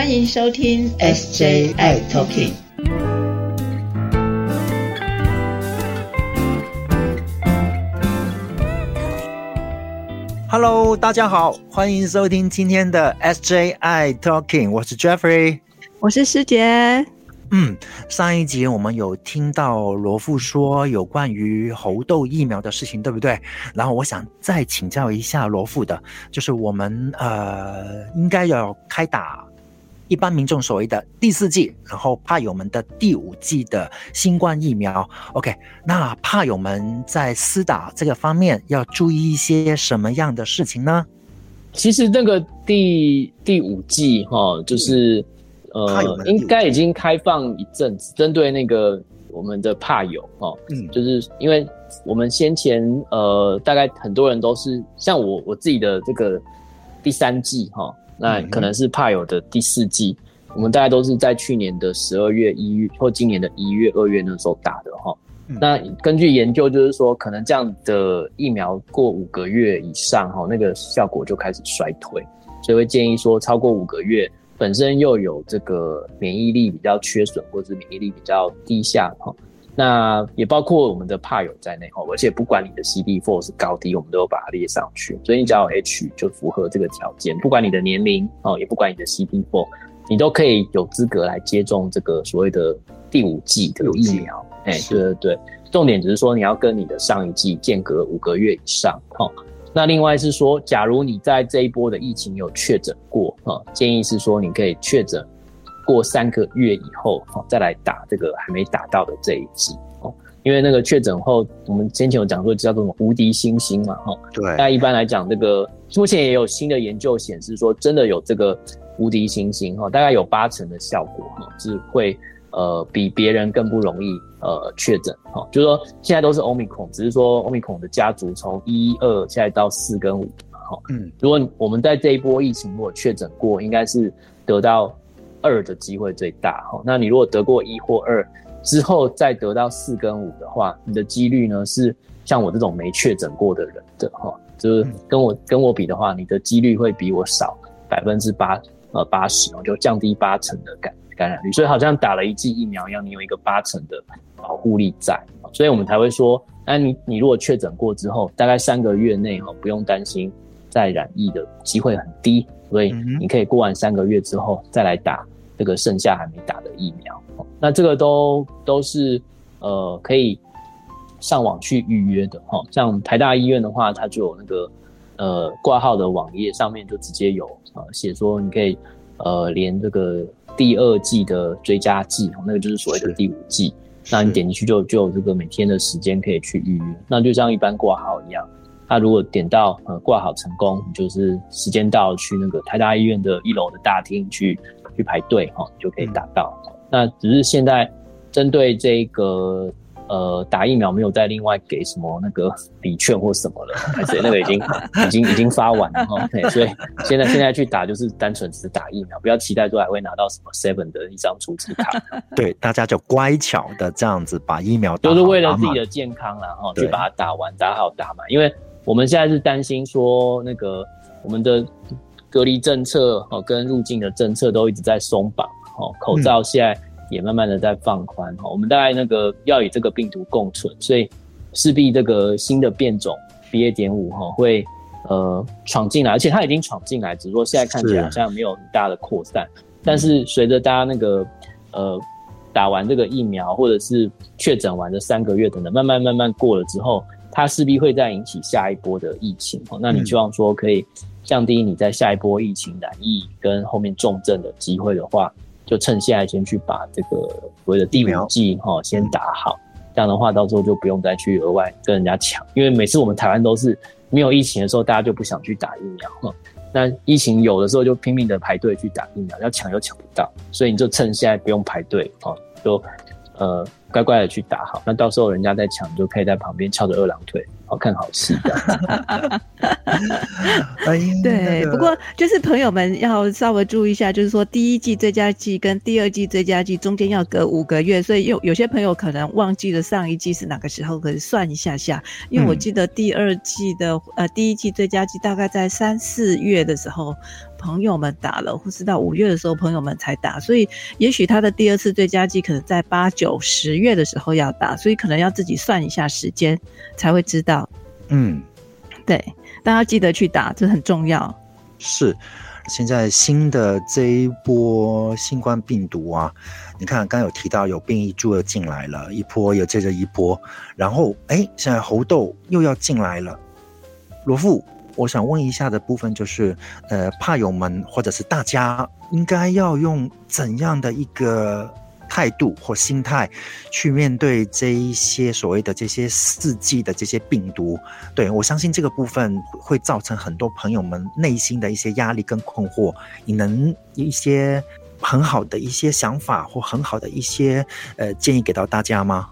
欢迎收听 SJI Talking。Hello， 大家好，欢迎收听今天的 SJI Talking， 我是 Jeffrey， 我是师姐。 上一集我们有听到罗副说有关于猴痘疫苗的事情，对不对？然后我想再请教一下罗副的，就是我们应该要开打一般民众所谓的第4剂，然后怕友们的第5剂的新冠疫苗。OK， 那怕友们在施打这个方面要注意一些什么样的事情呢？ 其实那个第5剂就是应该已经开放一阵子，针对那个我们的怕友就是因为我们先前大概很多人都是像我自己的这个第3剂那可能是怕友的第4剂，我们大概都是在去年的12月、1月或今年的1月、2月那时候打的那根据研究就是说，可能这样的疫苗过5个月以上那个效果就开始衰退，所以会建议说超过5个月。本身又有这个免疫力比较缺损或者免疫力比较低下那也包括我们的怕友在内而且不管你的 CD4 是高低，我们都有把它列上去，所以你只要有 H 就符合这个条件，不管你的年龄也不管你的 CD4， 你都可以有资格来接种这个所谓的第5剂的疫苗。对，重点只是说你要跟你的上一剂间隔5个月以上那另外是说，假如你在这一波的疫情有确诊过建议是说你可以确诊过3个月以后再来打这个还没打到的这一剂因为那个确诊后，我们先前有讲说叫做无敌星星嘛对。那一般来讲，这个目前也有新的研究显示说，真的有这个无敌星星大概有80%的效果是会比别人更不容易确诊就是说现在都是 Omicron， 只是说 Omicron 的家族从1、2现在到4跟5如果我们在这一波疫情如果确诊过，应该是得到2的机会最大那你如果得过1或2之后再得到4跟5的话，你的几率呢是像我这种没确诊过的人的就是跟我比的话，你的几率会比我少80%就降低80%的感染率，所以好像打了1剂疫苗一样，你有一个80%的保护力在，所以我们才会说，那你如果确诊过之后，大概3个月内不用担心再染疫的机会很低，所以你可以过完3个月之后再来打这个剩下还没打的疫苗。那这个都是可以上网去预约的像台大医院的话，它就有那个挂号的网页上面就直接有写说你可以连这个第2剂的追加剂那个就是所谓的第5剂，那你点进去就有这个每天的时间可以去预约，那就像一般挂号一样，那如果点到挂好成功，你就是时间到了去那个台大医院的1楼的大厅去排队你就可以打到那只是现在针对这个打疫苗没有再另外给什么那个礼券或什么了，所以那个已经发完了所以现在去打就是单纯只是打疫苗，不要期待说还会拿到什么 7 的一张储值卡。 对，大家就乖巧的这样子把疫苗打好， 都是为了自己的健康啦去把它打完打好打满，因为我们现在是担心说那个我们的隔离政策跟入境的政策都一直在松绑口罩现在也慢慢的在放宽我们大概那个要与这个病毒共存，所以势必这个新的变种 BA.5 会闯进来，而且它已经闯进来，只是说现在看起来好像没有很大的扩散，但是随着大家那个打完这个疫苗或者是确诊完的3个月等等慢慢过了之后，它势必会再引起下一波的疫情那你希望说可以降低你在下一波疫情染疫跟后面重症的机会的话，就趁现在先去把这个所谓的第5剂先打好，这样的话到时候就不用再去额外跟人家抢，因为每次我们台湾都是没有疫情的时候大家就不想去打疫苗那疫情有的时候就拼命的排队去打疫苗，要抢又抢不到，所以你就趁现在不用排队就乖乖的去打好，那到时候人家在抢就可以在旁边翘着2郎腿看好戏这样对，不过就是朋友们要稍微注意一下，就是说第1剂追加剂跟第2剂追加剂中间要隔5个月，所以有些朋友可能忘记了上一剂是哪个时候，可是算一下下，因为我记得第1剂追加剂大概在3、4月的时候朋友们打了，或是到5月的时候朋友们才打，所以也许他的第2次最佳剂可能在8、9、10月的时候要打，所以可能要自己算一下时间才会知道。对，大家记得去打，这很重要。 是，现在新的这一波新冠病毒啊，你看刚有提到有变异株又进来了，一波又接着一波，然后现在猴痘又要进来了。罗副，我想问一下的部分就是怕友们或者是大家应该要用怎样的一个态度或心态去面对这一些所谓的这些4季的这些病毒。对，我相信这个部分会造成很多朋友们内心的一些压力跟困惑，你能一些很好的一些想法或很好的一些建议给到大家吗？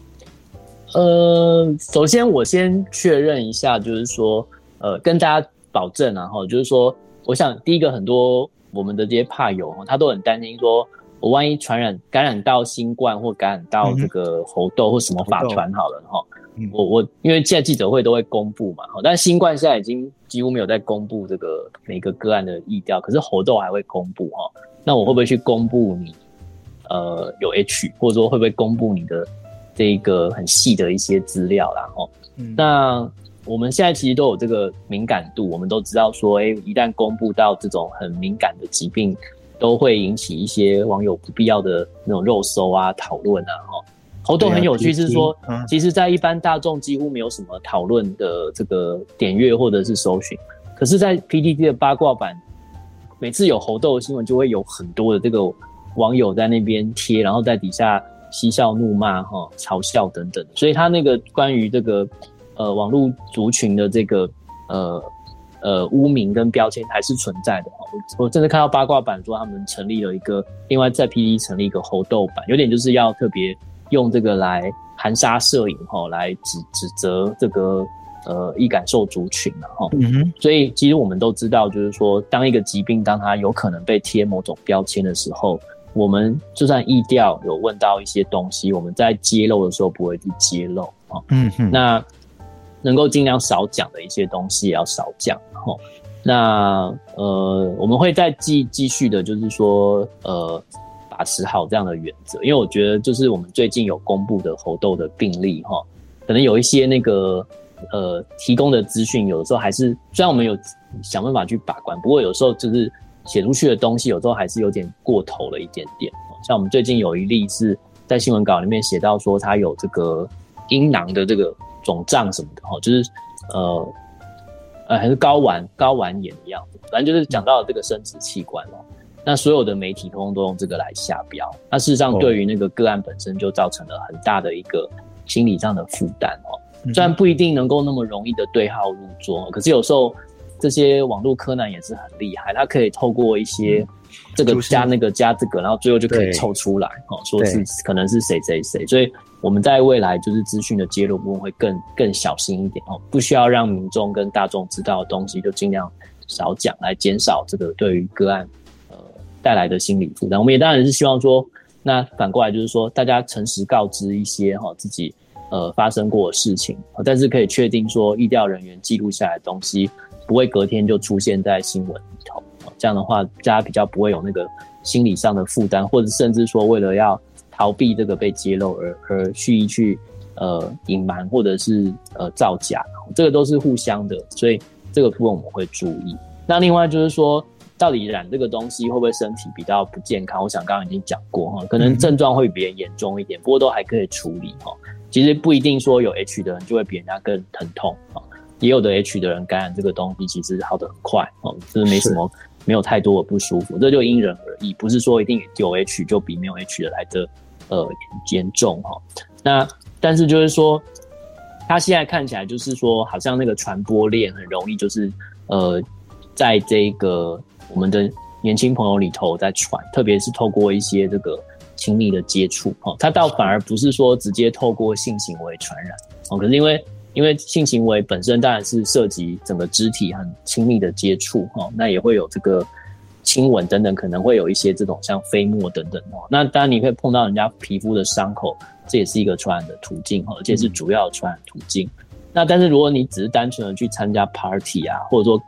首先我先确认一下，就是说跟大家保证啊，就是说我想第一个，很多我们的这些怕友他都很担心说我万一感染到新冠或感染到这个猴痘或什么法传好了我因为现在记者会都会公布嘛，但新冠现在已经几乎没有在公布这个每个个案的疫调，可是猴痘还会公布那我会不会去公布你有 H， 或者说会不会公布你的这个很细的一些资料啦那我们现在其实都有这个敏感度，我们都知道说一旦公布到这种很敏感的疾病，都会引起一些网友不必要的那种肉搜啊、讨论啊猴痘很有趣是说其实在一般大众几乎没有什么讨论的这个点阅或者是搜寻，可是在 PTT 的八卦版每次有猴痘的新闻就会有很多的这个网友在那边贴，然后在底下嬉笑怒骂嘲笑等等，所以他那个关于这个网络族群的这个污名跟标签还是存在的我真的看到八卦版说他们成立了一个，另外在 PTT 成立一个猴痘版，有点就是要特别用这个来含沙射影来指责这个易感受族群所以其实我们都知道，就是说当一个疾病当它有可能被贴某种标签的时候，我们就算疫调有问到一些东西，我们在揭露的时候不会去揭露那能够尽量少讲的一些东西也要少讲那我们会再继续的就是说把持好这样的原则，因为我觉得就是我们最近有公布的猴痘的病例可能有一些那个提供的资讯有的时候还是，虽然我们有想办法去把关，不过有时候就是写出去的东西有时候还是有点过头了一点点像我们最近有一例是在新闻稿里面写到说他有这个阴囊的这个肿胀什么的就是还是睾丸炎的样子，反正就是讲到了这个生殖器官那所有的媒体通通都用这个来下标，那事实上对于那个个案本身就造成了很大的一个心理上的负担虽然不一定能够那么容易的对号入座，可是有时候这些网络柯南也是很厉害，他可以透过一些这个加那个加这个，然后最后就可以凑出来说是可能是谁谁谁，所以我们在未来就是资讯的揭露部分会更小心一点不需要让民众跟大众知道的东西就尽量少讲，来减少这个对于个案带来的心理负担。我们也当然是希望说，那反过来就是说大家诚实告知一些自己发生过的事情，但是可以确定说疫调人员记录下来的东西不会隔天就出现在新闻里头这样的话大家比较不会有那个心理上的负担，或者甚至说为了要逃避这个被揭露而蓄意去隐瞒或者是造假，这个都是互相的，所以这个部分我们会注意。那另外就是说到底染这个东西会不会身体比较不健康，我想刚刚已经讲过可能症状会比别人严重一点，不过都还可以处理其实不一定说有 H 的人就会比人家更疼痛也有的 H 的人感染这个东西其实好得很快就是没有太多的不舒服，这就因人而异，不是说一定有 H 就比没有 H 的来的严重那但是就是说它现在看起来就是说好像那个传播链很容易就是在这个我们的年轻朋友里头在传，特别是透过一些这个亲密的接触它倒反而不是说直接透过性行为传染可是因为性行为本身当然是涉及整个肢体很亲密的接触那也会有这个亲吻等等，可能会有一些这种像飞沫等等那当然你可以碰到人家皮肤的伤口，这也是一个传染的途径而且是主要的传染途径那但是如果你只是单纯的去参加 party 啊，或者说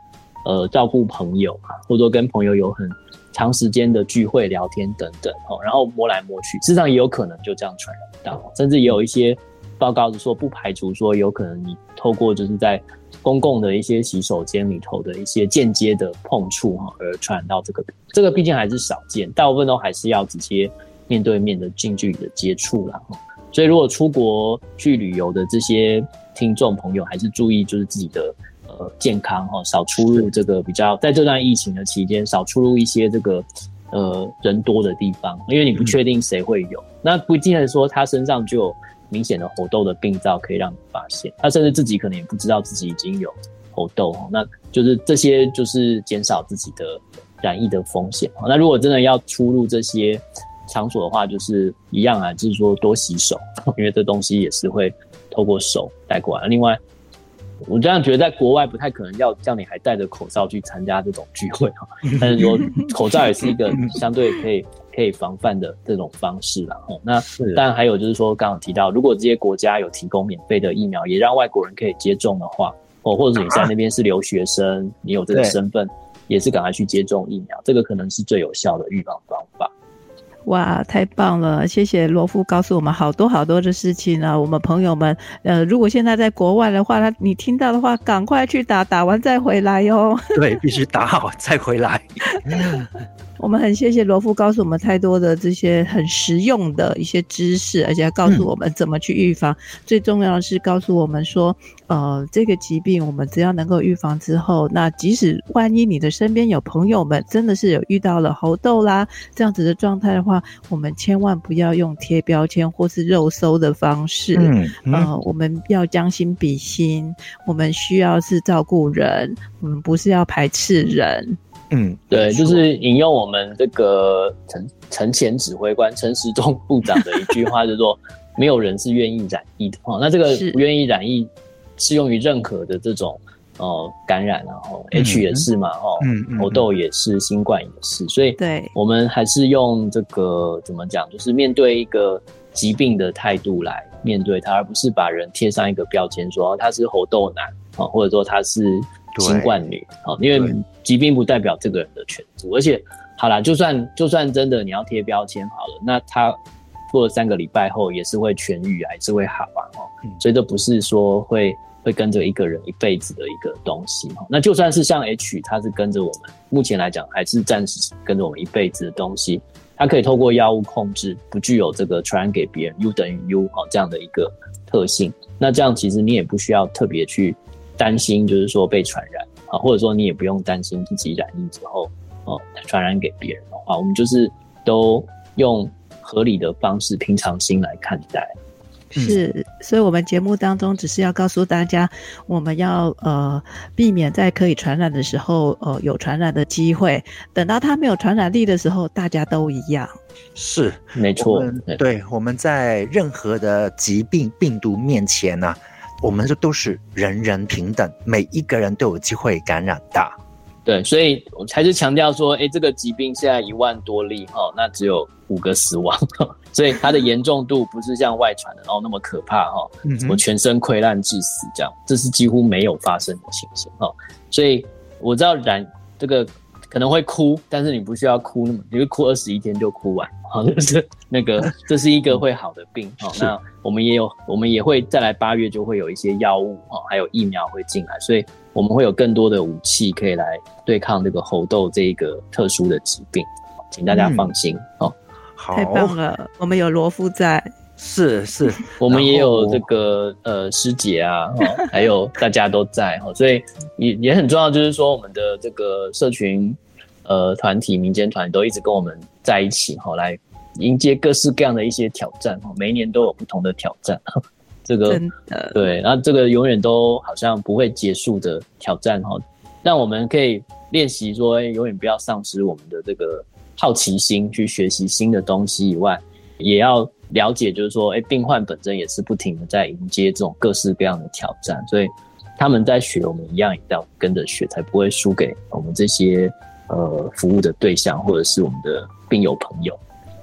照顾朋友啊，或者说跟朋友有很长时间的聚会聊天等等然后摸来摸去，事实上也有可能就这样传染到，甚至也有一些报告是说不排除说有可能你透过就是在公共的一些洗手间里头的一些间接的碰触而传染到这个病，这个毕竟还是少见，大部分都还是要直接面对面的近距离的接触啦。所以如果出国去旅游的这些听众朋友，还是注意就是自己的健康少出入这个比较在这段疫情的期间少出入一些这个人多的地方，因为你不确定谁会有，那不一定说他身上就有明显的猴痘的病灶可以让你发现，他甚至自己可能也不知道自己已经有猴痘，那就是这些就是减少自己的染疫的风险。那如果真的要出入这些场所的话，就是一样啊，就是说多洗手，因为这东西也是会透过手带过来。另外我这样觉得在国外不太可能要叫你还戴着口罩去参加这种聚会但是说口罩也是一个相对可以防范的这种方式啦。那当然还有就是说刚刚提到，如果这些国家有提供免费的疫苗，也让外国人可以接种的话，或者是你在那边是留学生，你有这个身份，也是赶快去接种疫苗，这个可能是最有效的预防方法。 哇，太棒了！谢谢罗夫告诉我们好多好多的事情啊。我们朋友们如果现在在国外的话，你听到的话赶快去打完再回来哦。 对，必须打好再回来。 我们很谢谢罗夫告诉我们太多的这些很实用的一些知识，而且告诉我们怎么去预防。最重要的是告诉我们说这个疾病我们只要能够预防之后，那即使万一你的身边有朋友们真的是有遇到了猴痘啦这样子的状态的话，我们千万不要用贴标签或是肉搜的方式我们要将心比心，我们需要是照顾人，我们不是要排斥人。 对，就是引用我们这个陈前指挥官陈时中部长的一句话，就是说没有人是愿意染疫的那这个不愿意染疫适用于任何的这种感染H 也是嘛猴痘也是，新冠也是，所以我们还是用这个怎么讲，就是面对一个疾病的态度来面对它，而不是把人贴上一个标签说他是猴痘男或者说他是新冠女因为疾病不代表这个人的全部，而且好啦，就算真的你要贴标签好了，那他过了3个礼拜后也是会痊愈还是会好所以这不是说会跟着一个人一辈子的一个东西那就算是像 H 它是跟着我们目前来讲还是暂时跟着我们一辈子的东西，它可以透过药物控制，不具有这个传染给别人 U 等于 U 这样的一个特性，那这样其实你也不需要特别去担心就是说被传染或者说你也不用担心自己染疫之后传染给别人的话，我们就是都用合理的方式平常心来看待。 是，所以我们节目当中只是要告诉大家，我们要避免在可以传染的时候有传染的机会，等到它没有传染力的时候大家都一样。 是， 没错。 对，我们在任何的疾病病毒面前呢我们都是人人平等，每一个人都有机会感染的。 对，所以我还是强调说这个疾病现在1万多例那只有5个死亡所以它的严重度不是像外传的那么可怕什么全身溃烂致死这样，这是几乎没有发生的情形所以我知道染这个可能会哭，但是你不需要哭你会哭21天就哭完就是那个这是一个会好的病那我们也会再来8月就会有一些药物还有疫苗会进来，所以我们会有更多的武器可以来对抗这个猴痘这一个特殊的疾病，请大家放心好， 太棒了，我们有罗夫在。 是我们也有这个师姐啊还有大家都在所以也很重要，就是说我们的这个社群团体民间团体都一直跟我们在一起来迎接各式各样的一些挑战每一年都有不同的挑战这个真的对，然后这个永远都好像不会结束的挑战让我们可以练习说永远不要丧失我们的这个好奇心去学习新的东西以外，也要了解就是说病患本身也是不停的在迎接这种各式各样的挑战，所以他们在学，我们一样也要跟着学，才不会输给我们这些服务的对象或者是我们的病友朋友。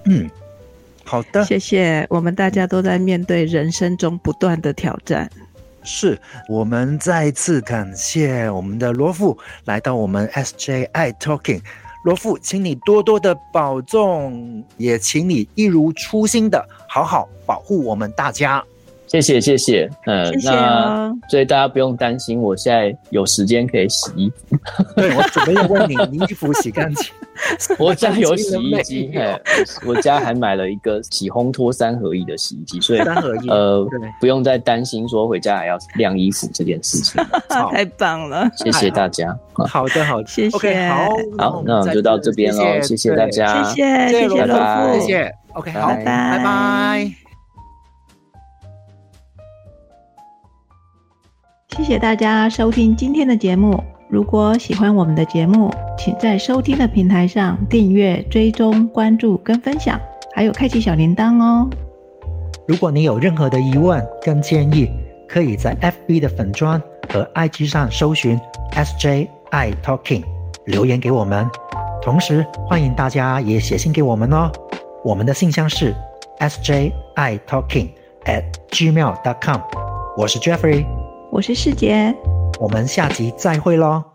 好的， 谢谢。我们大家都在面对人生中不断的挑战。 是，我们再次感谢我们的罗富来到我们 SJI Talking。罗富，请你多多的保重，也请你一如初心的好好保护我们大家。 谢谢。 谢谢那所以大家不用担心，我现在有时间可以洗衣服。 对，我准备要问你衣服洗干净。 我家有洗衣机，我家还买了一个洗烘脱3合1的洗衣机，所以 3合1， 不用再担心说回家还要晾衣服这件事情。 太棒了， 谢谢大家。 好的， 谢谢。 OK， 好，那我们就到这边咯，谢谢大家， 谢谢罗富， 谢谢。OK， 好， 拜拜。 谢谢大家收听今天的节目。如果喜欢我们的节目，请在收听的平台上订阅、追踪、关注跟分享，还有开启小铃铛哦。 如果你有任何的疑问跟建议，可以在 FB 的粉专和 IG 上搜寻 SJI Talking 留言给我们。同时欢迎大家也写信给我们哦。我们的信箱是 sjItalking@gmail.com。 我是 Jeffrey， 我是世杰， 我们下集再会咯。